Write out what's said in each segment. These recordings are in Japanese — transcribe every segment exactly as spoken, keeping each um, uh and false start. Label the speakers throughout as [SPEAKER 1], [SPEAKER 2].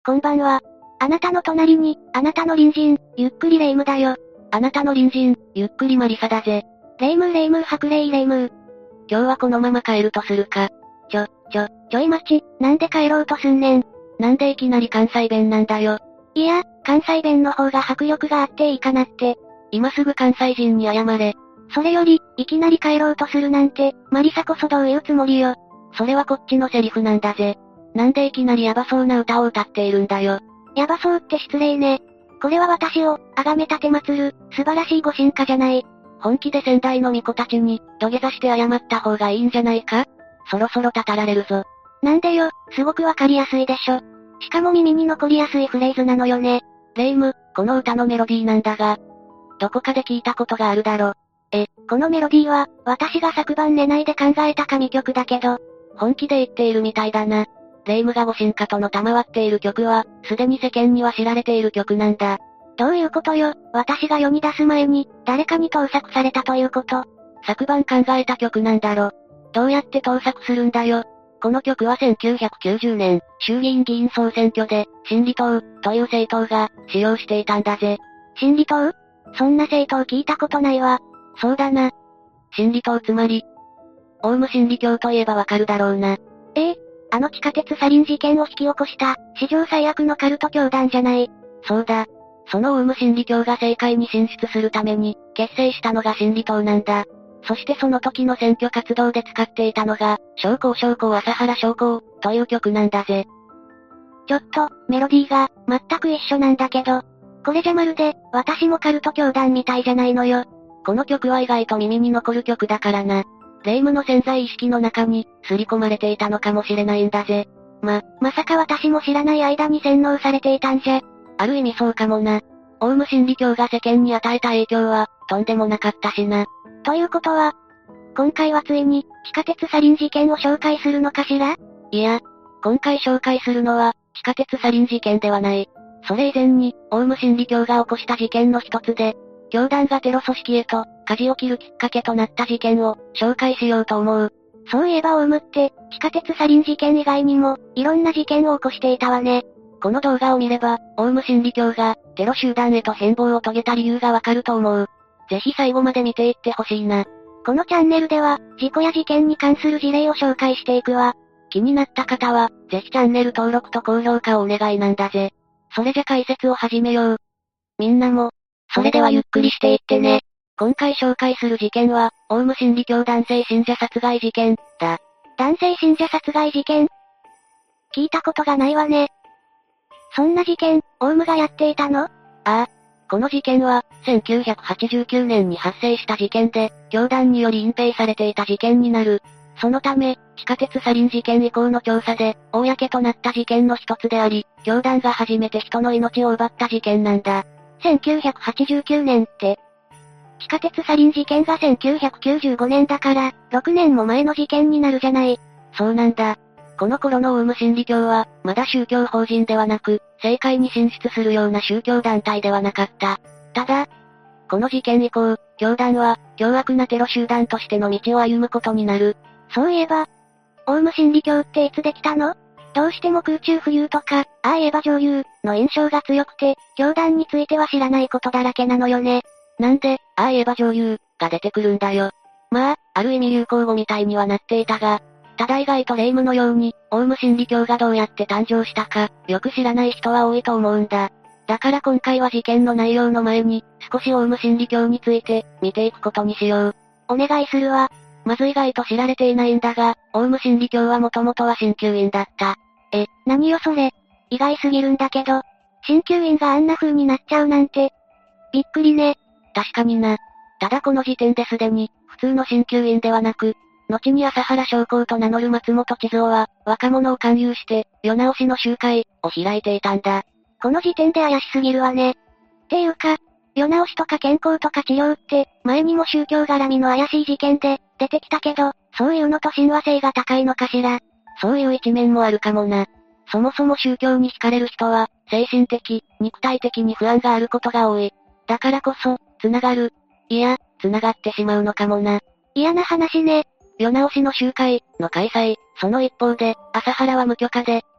[SPEAKER 1] こんばんは。あなたの隣に、あなたの隣人、ゆっくりレ夢ムだよ。
[SPEAKER 2] あなたの隣人、ゆっくりマリサだぜ。
[SPEAKER 1] レ夢ムレ夢ム白霊レ夢ム。
[SPEAKER 2] 今日はこのまま帰るとするか。
[SPEAKER 1] ちょ、ちょ、ちょい待ち、なんで帰ろうとすんねん。
[SPEAKER 2] なんでいきなり関西弁なんだよ。
[SPEAKER 1] いや、関西弁の方が迫力があっていいかなって。
[SPEAKER 2] 今すぐ関西人に謝れ。
[SPEAKER 1] それより、いきなり帰ろうとするなんて、マリサこそどういうつもりよ。
[SPEAKER 2] それはこっちのセリフなんだぜ。なんでいきなりヤバそうな歌を歌っているんだよ。
[SPEAKER 1] ヤバそうって失礼ね。これは私を、崇め立てまつる、素晴らしいご神家じゃない。
[SPEAKER 2] 本気で先代の巫女たちに、土下座して謝った方がいいんじゃないか？そろそろたたられるぞ。
[SPEAKER 1] なんでよ、すごくわかりやすいでしょ。しかも耳に残りやすいフレーズなのよね。
[SPEAKER 2] レ夢ム、この歌のメロディーなんだが、どこかで聞いたことがあるだろ。
[SPEAKER 1] え、このメロディーは、私が昨晩寝ないで考えた神曲だけど、
[SPEAKER 2] 本気で言っているみたいだな。レ夢ムがご神家との賜っている曲は、すでに世間には知られている曲なんだ。
[SPEAKER 1] どういうことよ、私が世に出す前に、誰かに盗作されたということ。
[SPEAKER 2] 昨晩考えた曲なんだろ。どうやって盗作するんだよ。この曲はせんきゅうひゃくきゅうじゅうねん、衆議院議員総選挙で、真理党、という政党が、使用していたんだぜ。
[SPEAKER 1] 真理党？そんな政党聞いたことないわ。
[SPEAKER 2] そうだな。真理党つまり、オウム真理教といえばわかるだろうな。
[SPEAKER 1] ええ、あの地下鉄サリン事件を引き起こした、史上最悪のカルト教団じゃない。
[SPEAKER 2] そうだ。そのオウム真理教が政界に進出するために、結成したのが真理党なんだ。そしてその時の選挙活動で使っていたのが、将校将校朝原将校、という曲なんだぜ。
[SPEAKER 1] ちょっと、メロディーが、全く一緒なんだけど、これじゃまるで、私もカルト教団みたいじゃないのよ。
[SPEAKER 2] この曲は意外と耳に残る曲だからな。レ夢ムの潜在意識の中に、刷り込まれていたのかもしれないんだぜ。
[SPEAKER 1] ま、まさか私も知らない間に洗脳されていたんじゃ。
[SPEAKER 2] ある意味そうかもな。オウム真理教が世間に与えた影響は、とんでもなかったしな。
[SPEAKER 1] ということは、今回はついに、地下鉄サリン事件を紹介するのかしら？
[SPEAKER 2] いや、今回紹介するのは、地下鉄サリン事件ではない。それ以前に、オウム真理教が起こした事件の一つで、教団がテロ組織へと、舵を切るきっかけとなった事件を、紹介しようと思う。
[SPEAKER 1] そういえばオウムって、地下鉄サリン事件以外にも、いろんな事件を起こしていたわね。
[SPEAKER 2] この動画を見れば、オウム真理教が、テロ集団へと変貌を遂げた理由がわかると思う。ぜひ最後まで見ていってほしいな。
[SPEAKER 1] このチャンネルでは、事故や事件に関する事例を紹介していくわ。
[SPEAKER 2] 気になった方は、ぜひチャンネル登録と高評価をお願いなんだぜ。それじゃ解説を始めよう。みんなも、
[SPEAKER 1] それではゆっくりしていってね。
[SPEAKER 2] 今回紹介する事件は、オウム真理教男性信者殺害事件、だ。
[SPEAKER 1] 男性信者殺害事件？聞いたことがないわね。そんな事件、オウムがやっていたの？あ
[SPEAKER 2] あ。この事件は、せんきゅうひゃくはちじゅうきゅうねんに発生した事件で、教団により隠蔽されていた事件になる。そのため、地下鉄サリン事件以降の調査で、公となった事件の一つであり、教団が初めて人の命を奪った事件なんだ。
[SPEAKER 1] せんきゅうひゃくはちじゅうきゅうねんって、地下鉄サリン事件がせんきゅうひゃくきゅうじゅうごねんだから、ろくねんも前の事件になるじゃない。
[SPEAKER 2] そうなんだ。この頃のオウム真理教は、まだ宗教法人ではなく、政界に進出するような宗教団体ではなかった。ただ、この事件以降、教団は、凶悪なテロ集団としての道を歩むことになる。
[SPEAKER 1] そういえば、オウム真理教っていつできたの？どうしても空中浮遊とか、ああ言えば女優、の印象が強くて、教団については知らないことだらけなのよね。
[SPEAKER 2] なんで、ああ言えば女優、が出てくるんだよ。まあ、ある意味流行語みたいにはなっていたが、ただ意外とレ夢ムのように、オウム真理教がどうやって誕生したか、よく知らない人は多いと思うんだ。だから今回は事件の内容の前に、少しオウム真理教について、見ていくことにしよう。
[SPEAKER 1] お願いするわ。
[SPEAKER 2] まず意外と知られていないんだが、オウム真理教はもともとは鍼灸院だった。
[SPEAKER 1] え、何よそれ。意外すぎるんだけど、鍼灸院があんな風になっちゃうなんて。びっくりね。
[SPEAKER 2] 確かにな。ただこの時点ですでに、普通の鍼灸院ではなく、後に朝原将校と名乗る松本千蔵は、若者を勧誘して、世直しの集会、を開いていたんだ。
[SPEAKER 1] この時点で怪しすぎるわね。っていうか、世直しとか健康とか治療って、前にも宗教絡みの怪しい事件で、出てきたけど、そういうのと親和性が高いのかしら。
[SPEAKER 2] そういう一面もあるかもな。そもそも宗教に惹かれる人は、精神的、肉体的に不安があることが多い。だからこそ、繋がる。いや、繋がってしまうのかもな。
[SPEAKER 1] 嫌な話ね。
[SPEAKER 2] 世直しの集会、の開催、その一方で、朝原は無許可で、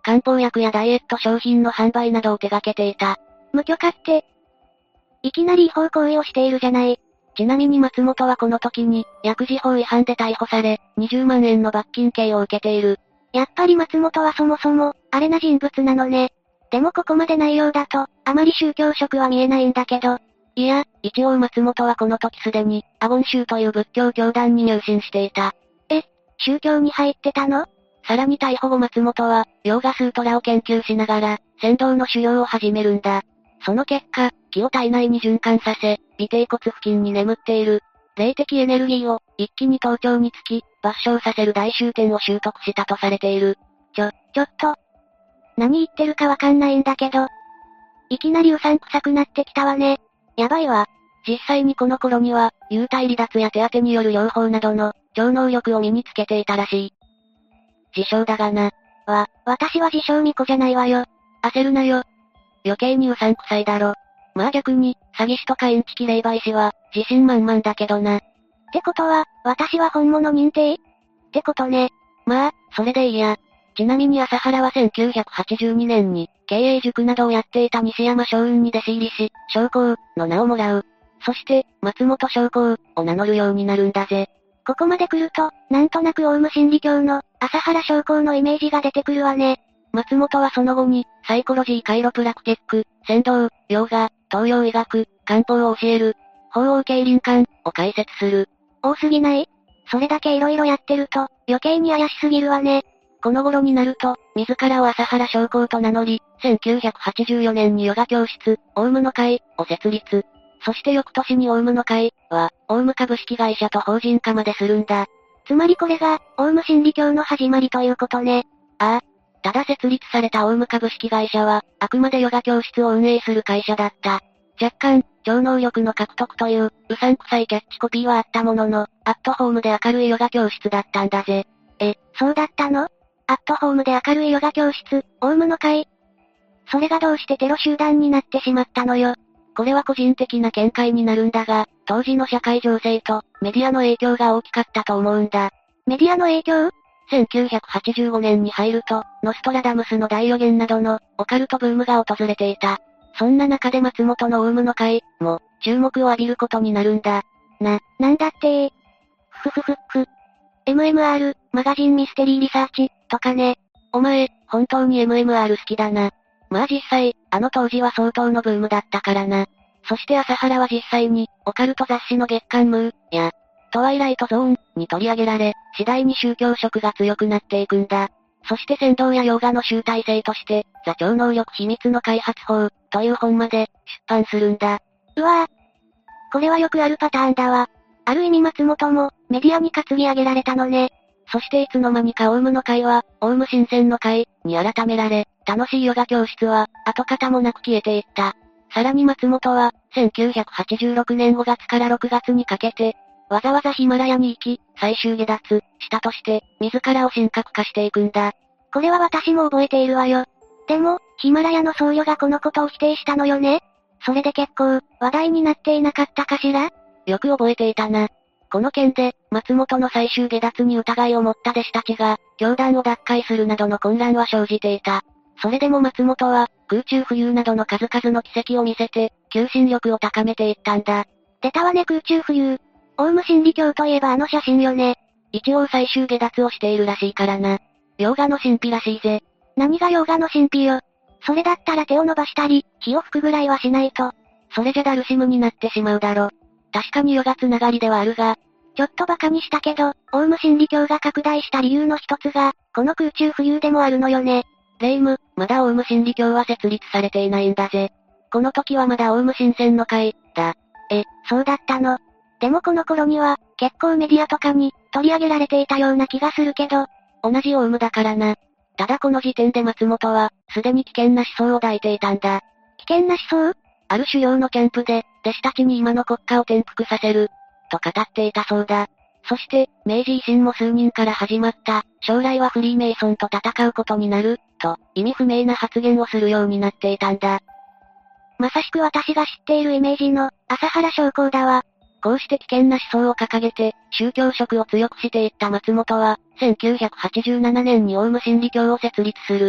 [SPEAKER 2] 漢方薬やダイエット商品の販売などを手掛けていた。
[SPEAKER 1] 無許可って、いきなり違法行為をしているじゃない。
[SPEAKER 2] ちなみに松本はこの時に、薬事法違反で逮捕され、にじゅうまんえんの罰金刑を受けている。
[SPEAKER 1] やっぱり松本はそもそも、あれな人物なのね。でもここまで内容だと、あまり宗教色は見えないんだけど。
[SPEAKER 2] いや、一応松本はこの時すでに、アゴン宗という仏教教団に入信していた。
[SPEAKER 1] え、宗教に入ってたの？
[SPEAKER 2] さらに逮捕後松本は、ヨーガスートラを研究しながら、仙道の修行を始めるんだ。その結果、気を体内に循環させ、尾てい骨付近に眠っている、霊的エネルギーを、一気に頭頂につき、抜傷させる大終点を習得したとされている。
[SPEAKER 1] ちょ、ちょっと。何言ってるかわかんないんだけど。いきなりうさんくさくなってきたわね。やばいわ。
[SPEAKER 2] 実際にこの頃には、幽体離脱や手当てによる療法などの、超能力を身につけていたらしい。自称だがな。
[SPEAKER 1] わ、私は自称巫女じゃないわよ。
[SPEAKER 2] 焦るなよ。余計にうさんくさいだろ。まあ逆に、詐欺師とかインチキ霊媒師は、自信満々だけどな。
[SPEAKER 1] ってことは、私は本物認定？ってことね。
[SPEAKER 2] まあ、それでいいや。ちなみに朝原はせんきゅうひゃくはちじゅうにねんに、経営塾などをやっていた西山将雲に弟子入りし、将校の名をもらう。そして、松本将校を名乗るようになるんだぜ。
[SPEAKER 1] ここまで来ると、なんとなくオウム真理教の、朝原将校のイメージが出てくるわね。
[SPEAKER 2] 松本はその後に、サイコロジーカイロプラクティック、仙道、ヨガ、東洋医学、漢方を教える、法王経輪館を開設する。
[SPEAKER 1] 多すぎない？それだけ色々やってると、余計に怪しすぎるわね。
[SPEAKER 2] この頃になると、自らを朝原将校と名乗り、せんきゅうひゃくはちじゅうよねんにヨガ教室、オウムの会を設立。そして翌年にオウムの会は、オウム株式会社と法人化までするんだ。
[SPEAKER 1] つまりこれが、オウム真理教の始まりということね。
[SPEAKER 2] ああ。ただ設立されたオウム株式会社は、あくまでヨガ教室を運営する会社だった。若干、超能力の獲得という、うさんくさいキャッチコピーはあったものの、アットホームで明るいヨガ教室だったんだぜ。
[SPEAKER 1] え、そうだったの？アットホームで明るいヨガ教室、オウムの会。それがどうしてテロ集団になってしまったのよ。
[SPEAKER 2] これは個人的な見解になるんだが、当時の社会情勢と、メディアの影響が大きかったと思うんだ。
[SPEAKER 1] メディアの影響？
[SPEAKER 2] せんきゅうひゃくはちじゅうごねんに入ると、ノストラダムスの大予言などの、オカルトブームが訪れていた。そんな中で松本のオウムの会も、注目を浴びることになるんだ。
[SPEAKER 1] な、なんだってー。ふふふふ。エムエムアール、マガジンミステリーリサーチ、とかね。
[SPEAKER 2] お前、本当に エムエムアール 好きだな。まあ実際、あの当時は相当のブームだったからな。そして朝原は実際に、オカルト雑誌の月刊ムー、や、トワイライトゾーンに取り上げられ、次第に宗教色が強くなっていくんだ。そして仙道やヨーガの集大成として、ザ超能力秘密の開発法、という本まで、出版するんだ。
[SPEAKER 1] うわぁ。これはよくあるパターンだわ。ある意味松本も、メディアに担ぎ上げられたのね。
[SPEAKER 2] そしていつの間にかオウムの会は、オウム新鮮の会、に改められ、楽しいヨガ教室は、跡形もなく消えていった。さらに松本は、せんきゅうひゃくはちじゅうろくねんごがつからろくがつにかけて、わざわざヒマラヤに行き、最終下脱したとして、自らを神格化していくんだ。
[SPEAKER 1] これは私も覚えているわよ。でも、ヒマラヤの僧侶がこのことを否定したのよね。それで結構、話題になっていなかったかしら？
[SPEAKER 2] よく覚えていたな。この件で、松本の最終下脱に疑いを持った弟子たちが、教団を脱会するなどの混乱は生じていた。それでも松本は、空中浮遊などの数々の奇跡を見せて、求心力を高めていったんだ。
[SPEAKER 1] 出たわね空中浮遊。オウム真理教といえばあの写真よね。
[SPEAKER 2] 一応最終下脱をしているらしいからな。ヨガの神秘らしいぜ。
[SPEAKER 1] 何がヨガの神秘よ。それだったら手を伸ばしたり、火を吹くぐらいはしないと。
[SPEAKER 2] それじゃダルシムになってしまうだろ。確かにヨガつながりではあるが、
[SPEAKER 1] ちょっとバカにしたけど、オウム真理教が拡大した理由の一つが、この空中浮遊でもあるのよね。
[SPEAKER 2] 霊夢、まだオウム真理教は設立されていないんだぜ。この時はまだオウム新鮮の会、だ。
[SPEAKER 1] え、そうだったの。でもこの頃には、結構メディアとかに、取り上げられていたような気がするけど。
[SPEAKER 2] 同じオウムだからな。ただこの時点で松本は、すでに危険な思想を抱いていたんだ。
[SPEAKER 1] 危険な思想？
[SPEAKER 2] ある主要のキャンプで、弟子たちに今の国家を転覆させる、と語っていたそうだ。そして、明治維新も数人から始まった、将来はフリーメイソンと戦うことになる、と、意味不明な発言をするようになっていたんだ。
[SPEAKER 1] まさしく私が知っているイメージの、朝原将校だわ。
[SPEAKER 2] こうして危険な思想を掲げて、宗教色を強くしていった松本は、せんきゅうひゃくはちじゅうななねんにオウム真理教を設立する。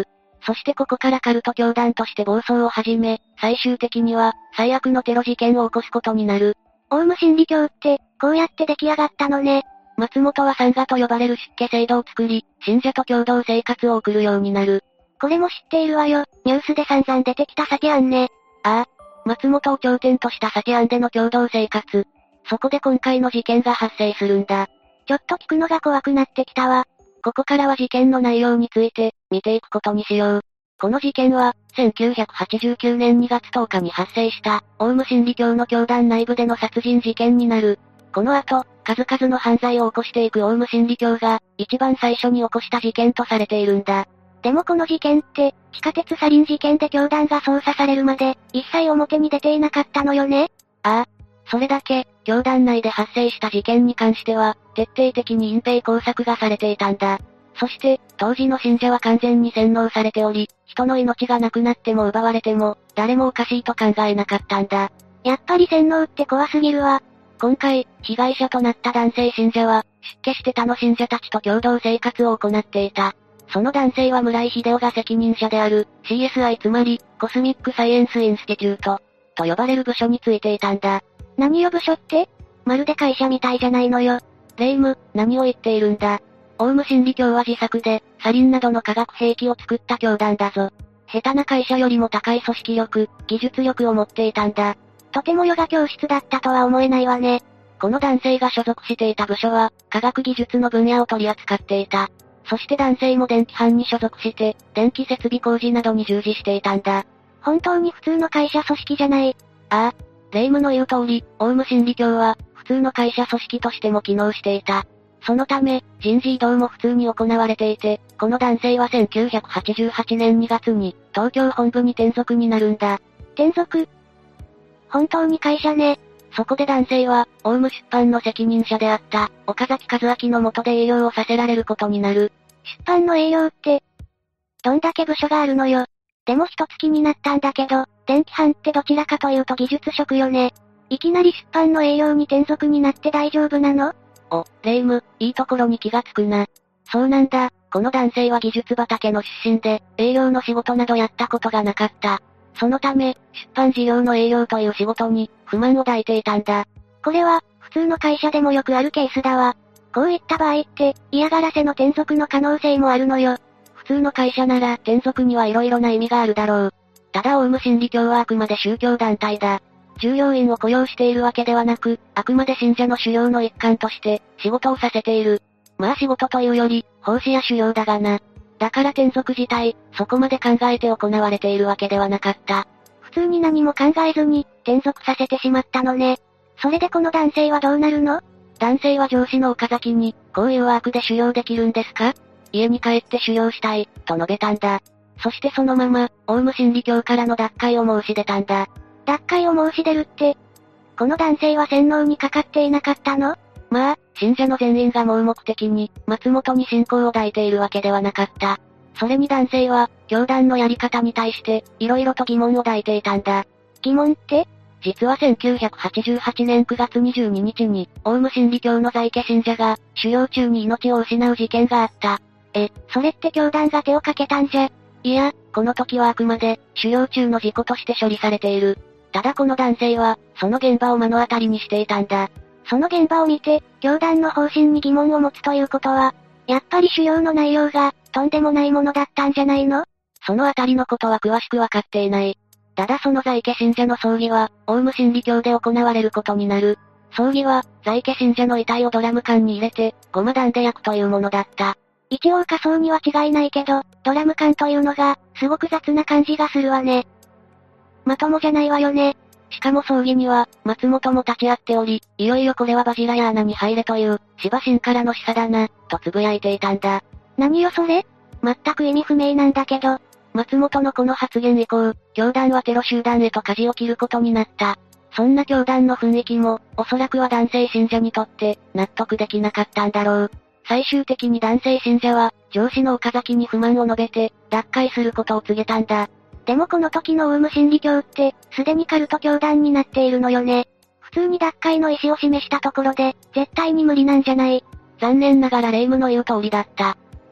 [SPEAKER 2] そしてここからカルト教団として暴走を始め、最終的には、最悪のテロ事件を起こすことになる。
[SPEAKER 1] オウム真理教って、こうやって出来上がったのね。
[SPEAKER 2] 松本はサンガと呼ばれる出家制度を作り、信者と共同生活を送るようになる。
[SPEAKER 1] これも知っているわよ。ニュースで散々出てきたサティアンね。
[SPEAKER 2] ああ。松本を頂点としたサティアンでの共同生活。そこで今回の事件が発生するんだ。
[SPEAKER 1] ちょっと聞くのが怖くなってきたわ。
[SPEAKER 2] ここからは事件の内容について、見ていくことにしよう。この事件は、せんきゅうひゃくはちじゅうきゅうねんにがつとおかに発生した、オウム真理教の教団内部での殺人事件になる。この後、数々の犯罪を起こしていくオウム真理教が、一番最初に起こした事件とされているんだ。
[SPEAKER 1] でもこの事件って、地下鉄サリン事件で教団が捜査されるまで、一切表に出ていなかったのよね。
[SPEAKER 2] ああ。それだけ、教団内で発生した事件に関しては、徹底的に隠蔽工作がされていたんだ。そして、当時の信者は完全に洗脳されており、人の命がなくなっても奪われても、誰もおかしいと考えなかったんだ。
[SPEAKER 1] やっぱり洗脳って怖すぎるわ。
[SPEAKER 2] 今回、被害者となった男性信者は、出家して他の信者たちと共同生活を行っていた。その男性は村井秀夫が責任者である、シーエスアイ つまり、コスミックサイエンスインスティテュート、と呼ばれる部署についていたんだ。
[SPEAKER 1] 何よ部署って？まるで会社みたいじゃないのよ。
[SPEAKER 2] レイム、何を言っているんだ。オウム真理教は自作で、サリンなどの化学兵器を作った教団だぞ。下手な会社よりも高い組織力、技術力を持っていたんだ。
[SPEAKER 1] とてもヨガ教室だったとは思えないわね。
[SPEAKER 2] この男性が所属していた部署は、科学技術の分野を取り扱っていた。そして男性も電気班に所属して、電気設備工事などに従事していたんだ。
[SPEAKER 1] 本当に普通の会社組織じゃない。
[SPEAKER 2] ああ。レイムの言う通り、オウム真理教は、普通の会社組織としても機能していた。そのため、人事異動も普通に行われていて、この男性はせんきゅうひゃくはちじゅうはちねんにがつに、東京本部に転属になるんだ。
[SPEAKER 1] 転属？本当に会社ね。
[SPEAKER 2] そこで男性は、オウム出版の責任者であった、岡崎和明の下で営業をさせられることになる。
[SPEAKER 1] 出版の営業って、どんだけ部署があるのよ。でも一つ気になったんだけど、電気班ってどちらかというと技術職よね。いきなり出版の営業に転属になって大丈夫なの？
[SPEAKER 2] お、レイム、いいところに気がつくな。そうなんだ、この男性は技術畑の出身で、営業の仕事などやったことがなかった。そのため、出版事業の営業という仕事に、不満を抱いていたんだ。
[SPEAKER 1] これは、普通の会社でもよくあるケースだわ。こういった場合って、嫌がらせの転属の可能性もあるのよ。
[SPEAKER 2] 普通の会社なら、転属には色々な意味があるだろう。ただオウム真理教はあくまで宗教団体だ。従業員を雇用しているわけではなく、あくまで信者の修行の一環として、仕事をさせている。まあ仕事というより、奉仕や修行だがな。だから転属自体、そこまで考えて行われているわけではなかった。
[SPEAKER 1] 普通に何も考えずに、転属させてしまったのね。それでこの男性はどうなるの？
[SPEAKER 2] 男性は上司の岡崎に、こういうワークで修行できるんですか？家に帰って修行したい、と述べたんだ。そしてそのまま、オウム真理教からの脱会を申し出たんだ。
[SPEAKER 1] 脱会を申し出るって、この男性は洗脳にかかっていなかったの？
[SPEAKER 2] まあ、信者の全員が盲目的に、松本に信仰を抱いているわけではなかった。それに男性は、教団のやり方に対して、色々と疑問を抱いていたんだ。
[SPEAKER 1] 疑問って？
[SPEAKER 2] 実はせんきゅうひゃくはちじゅうはちねんくがつにじゅうににちに、オウム真理教の在家信者が、修行中に命を失う事件があった。
[SPEAKER 1] え、それって教団が手をかけたんじゃ？
[SPEAKER 2] いや、この時はあくまで、修行中の事故として処理されている。ただこの男性は、その現場を目の当たりにしていたんだ。
[SPEAKER 1] その現場を見て、教団の方針に疑問を持つということは、やっぱり修行の内容が、とんでもないものだったんじゃないの？
[SPEAKER 2] そのあたりのことは詳しくわかっていない。ただその在家信者の葬儀は、オウム真理教で行われることになる。葬儀は、在家信者の遺体をドラム缶に入れて、ごま弾で焼くというものだった。
[SPEAKER 1] 一応仮装には違いないけど、ドラム缶というのが、すごく雑な感じがするわね。まともじゃないわよね。
[SPEAKER 2] しかも葬儀には、松本も立ち会っており、いよいよこれはバジラヤーナに入れという、芝神からの示唆だな、と呟いていたんだ。
[SPEAKER 1] 何よそれ？全く意味不明なんだけど。
[SPEAKER 2] 松本のこの発言以降、教団はテロ集団へと舵を切ることになった。そんな教団の雰囲気も、おそらくは男性信者にとって、納得できなかったんだろう。最終的に男性信者は、上司の岡崎に不満を述べて、脱会することを告げたんだ。
[SPEAKER 1] でもこの時のオウム真理教って、すでにカルト教団になっているのよね。普通に脱会の意思を示したところで、絶対に無理なんじゃない？
[SPEAKER 2] 残念ながら霊夢の言う通りだった。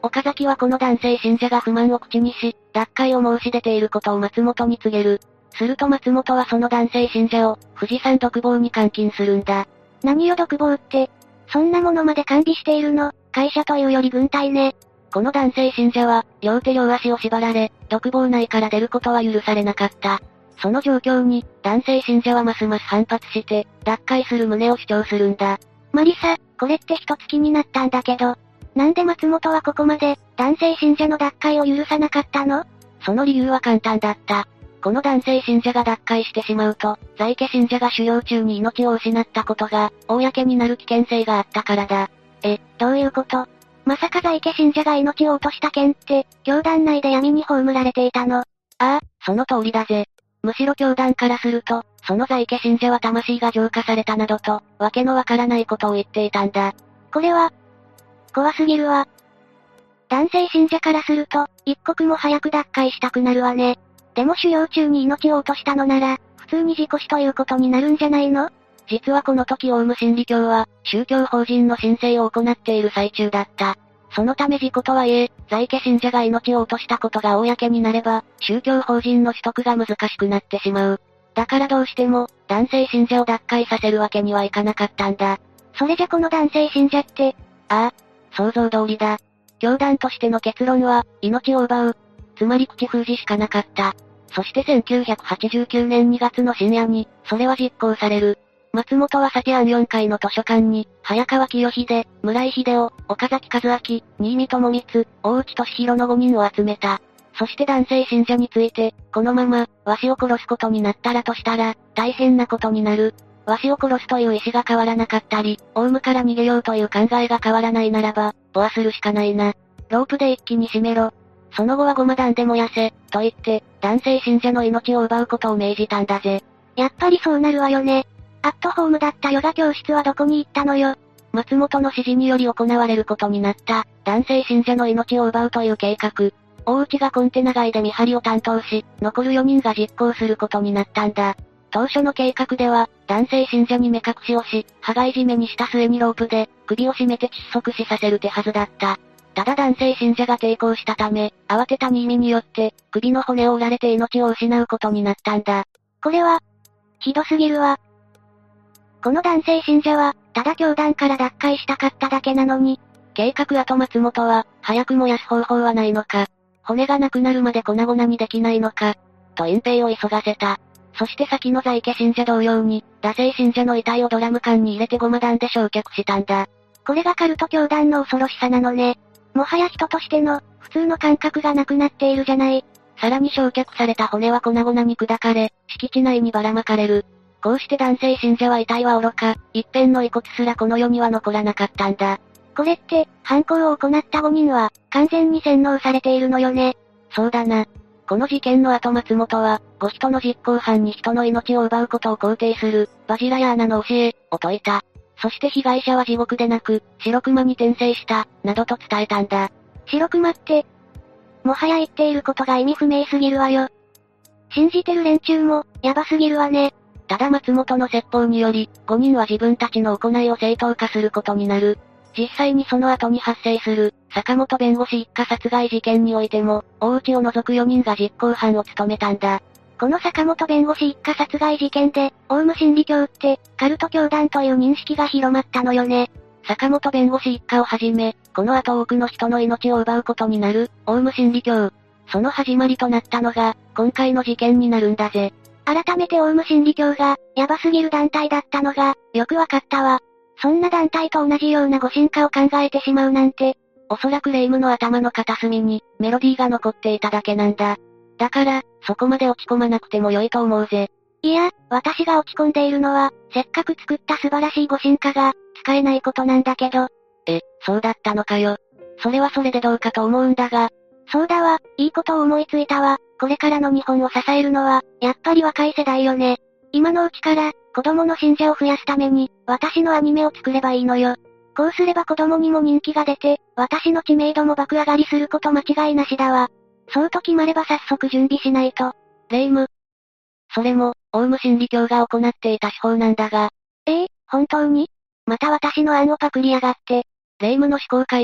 [SPEAKER 2] 岡崎はこの男性信者が不満を口にし、脱会を申し出ていることを松本に告げる。すると松本はその男性信者を、富士山独房に監禁するんだ。
[SPEAKER 1] 何よ独房って、そんなものまで完備しているの？会社というより軍隊ね。
[SPEAKER 2] この男性信者は、両手両足を縛られ、独房内から出ることは許されなかった。その状況に、男性信者はますます反発して、脱会する旨を主張するんだ。
[SPEAKER 1] マリサ、これって一つ気になったんだけど、なんで松本はここまで、男性信者の脱会を許さなかったの？
[SPEAKER 2] その理由は簡単だった。この男性信者が脱会してしまうと、在家信者が修行中に命を失ったことが、公になる危険性があったからだ。
[SPEAKER 1] え、どういうこと？まさか在家信者が命を落とした件って、教団内で闇に葬られていたの？あ
[SPEAKER 2] あ、その通りだぜ。むしろ教団からすると、その在家信者は魂が浄化されたなどと、わけのわからないことを言っていたんだ。
[SPEAKER 1] これは、怖すぎるわ。男性信者からすると、一刻も早く脱会したくなるわね。でも修行中に命を落としたのなら、普通に事故死ということになるんじゃないの？
[SPEAKER 2] 実はこの時オウム真理教は、宗教法人の申請を行っている最中だった。そのため事故とはいえ、在家信者が命を落としたことが公になれば、宗教法人の取得が難しくなってしまう。だからどうしても、男性信者を脱会させるわけにはいかなかったんだ。
[SPEAKER 1] それじゃこの男性信者って、
[SPEAKER 2] ああ、想像通りだ。教団としての結論は、命を奪う。つまり口封じしかなかった。そしてせんきゅうひゃくはちじゅうきゅうねんにがつの深夜に、それは実行される。松本はサティアンよんかいの図書館に、早川清秀、村井秀夫、岡崎和明、新見智光、大内俊弘のごにんを集めた。そして男性信者について、このまま、わしを殺すことになったらとしたら、大変なことになる。わしを殺すという意志が変わらなかったり、オウムから逃げようという考えが変わらないならば、ボアするしかないな。ロープで一気に締めろ。その後はごま弾で燃やせ、と言って、男性信者の命を奪うことを命じたんだぜ。
[SPEAKER 1] やっぱりそうなるわよね。アットホームだったヨガ教室はどこに行ったのよ。
[SPEAKER 2] 松本の指示により行われることになった、男性信者の命を奪うという計画。大内がコンテナ街で見張りを担当し、残るよにんが実行することになったんだ。当初の計画では、男性信者に目隠しをし、羽交い締めにした末にロープで、首を絞めて窒息死させる手はずだった。ただ男性信者が抵抗したため、慌てた新見によって、首の骨を折られて命を失うことになったんだ。
[SPEAKER 1] これは、ひどすぎるわ。この男性信者は、ただ教団から脱会したかっただけなのに、
[SPEAKER 2] 計画後松本は、早く燃やす方法はないのか、骨がなくなるまで粉々にできないのか、と隠蔽を急がせた。そして先の在家信者同様に、惰性信者の遺体をドラム缶に入れてごま弾で焼却したんだ。
[SPEAKER 1] これがカルト教団の恐ろしさなのね。もはや人としての、普通の感覚がなくなっているじゃない。
[SPEAKER 2] さらに焼却された骨は粉々に砕かれ、敷地内にばらまかれる。こうして男性信者は遺体は愚か、一片の遺骨すらこの世には残らなかったんだ。
[SPEAKER 1] これって、犯行を行ったごにんは、完全に洗脳されているのよね。
[SPEAKER 2] そうだな。この事件の後松本は、ご人の実行犯に人の命を奪うことを肯定する、バジラヤーナの教え、を説いた。そして被害者は地獄でなく、白熊に転生した、などと伝えたんだ。
[SPEAKER 1] 白熊って、もはや言っていることが意味不明すぎるわよ。信じてる連中も、やばすぎるわね。
[SPEAKER 2] ただ松本の説法により、ごにんは自分たちの行いを正当化することになる。実際にその後に発生する、坂本弁護士一家殺害事件においても、大内を除くよにんが実行犯を務めたんだ。
[SPEAKER 1] この坂本弁護士一家殺害事件で、オウム真理教って、カルト教団という認識が広まったのよね。
[SPEAKER 2] 坂本弁護士一家をはじめ、この後多くの人の命を奪うことになる、オウム真理教。その始まりとなったのが、今回の事件になるんだぜ。
[SPEAKER 1] 改めてオウム真理教が、ヤバすぎる団体だったのが、よくわかったわ。そんな団体と同じような誤進化を考えてしまうなんて。
[SPEAKER 2] おそらく霊夢の頭の片隅に、メロディーが残っていただけなんだ。だから、そこまで落ち込まなくても良いと思うぜ。
[SPEAKER 1] いや、私が落ち込んでいるのは、せっかく作った素晴らしい誤進化が、使えないことなんだけど。
[SPEAKER 2] え、そうだったのかよ。それはそれでどうかと思うんだが。
[SPEAKER 1] そうだわ、いいことを思いついたわ。これからの日本を支えるのは、やっぱり若い世代よね。今のうちから、子供の信者を増やすために、私のアニメを作ればいいのよ。こうすれば子供にも人気が出て、私の知名度も爆上がりすること間違いなしだわ。そうと決まれば早速準備しないと。
[SPEAKER 2] 霊夢。それも、オウム真理教が行っていた手法なんだが。
[SPEAKER 1] ええ、本当に？また私の案をパクりやがって。
[SPEAKER 2] 霊夢の思考回路は、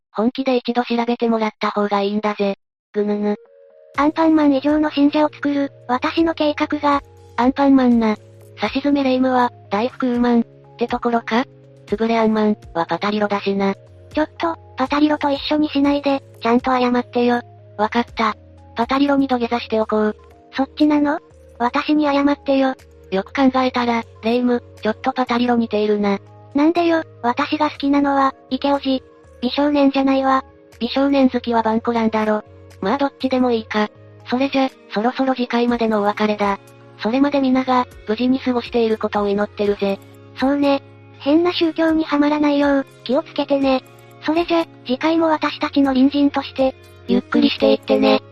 [SPEAKER 2] 本気で一度調べてもらった方がいいんだぜ。ぐぬぬ。
[SPEAKER 1] アンパンマン以上の信者を作る、私の計画が、
[SPEAKER 2] アンパンマンな。差し詰めレイムは、大福ウーマン、ってところか？つぶれアンマン、はパタリロだしな。
[SPEAKER 1] ちょっと、パタリロと一緒にしないで、ちゃんと謝ってよ。
[SPEAKER 2] わかった。パタリロに土下座しておこう。
[SPEAKER 1] そっちなの？私に謝ってよ。
[SPEAKER 2] よく考えたら、レイム、ちょっとパタリロ似ているな。
[SPEAKER 1] なんでよ、私が好きなのは、イケオジ。美少年じゃないわ。
[SPEAKER 2] 美少年好きはバンコランだろ。まあどっちでもいいか。それじゃ、そろそろ次回までのお別れだ。それまで皆が、無事に過ごしていることを祈ってるぜ。
[SPEAKER 1] そうね。変な宗教にはまらないよう、気をつけてね。それじゃ、次回も私たちの隣人として、
[SPEAKER 2] ゆっくりしていってね。